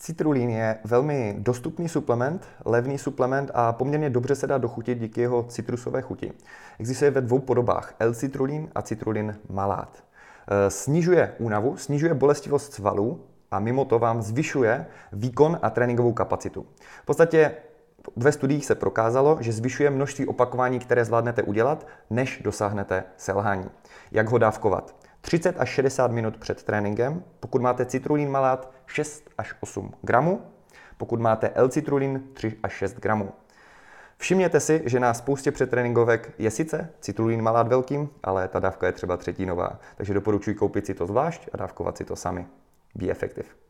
Citrulín je velmi dostupný suplement, levný suplement a poměrně dobře se dá dochutit díky jeho citrusové chuti. Existuje ve dvou podobách, L-citrulín a citrulin malát. Snižuje únavu, snižuje bolestivost svalů a mimo to vám zvyšuje výkon a tréninkovou kapacitu. V podstatě ve studiích se prokázalo, že zvyšuje množství opakování, které zvládnete udělat, než dosáhnete selhání. Jak ho dávkovat? 30 až 60 minut před tréninkem, pokud máte citrulín malát 6 až 8 gramů, pokud máte L-citrulín 3 až 6 gramů. Všimněte si, že na spoustě předtréninkovek je sice citrulín malát velkým, ale ta dávka je třeba třetinová, takže doporučuji koupit si to zvlášť a dávkovat si to sami. Be effective.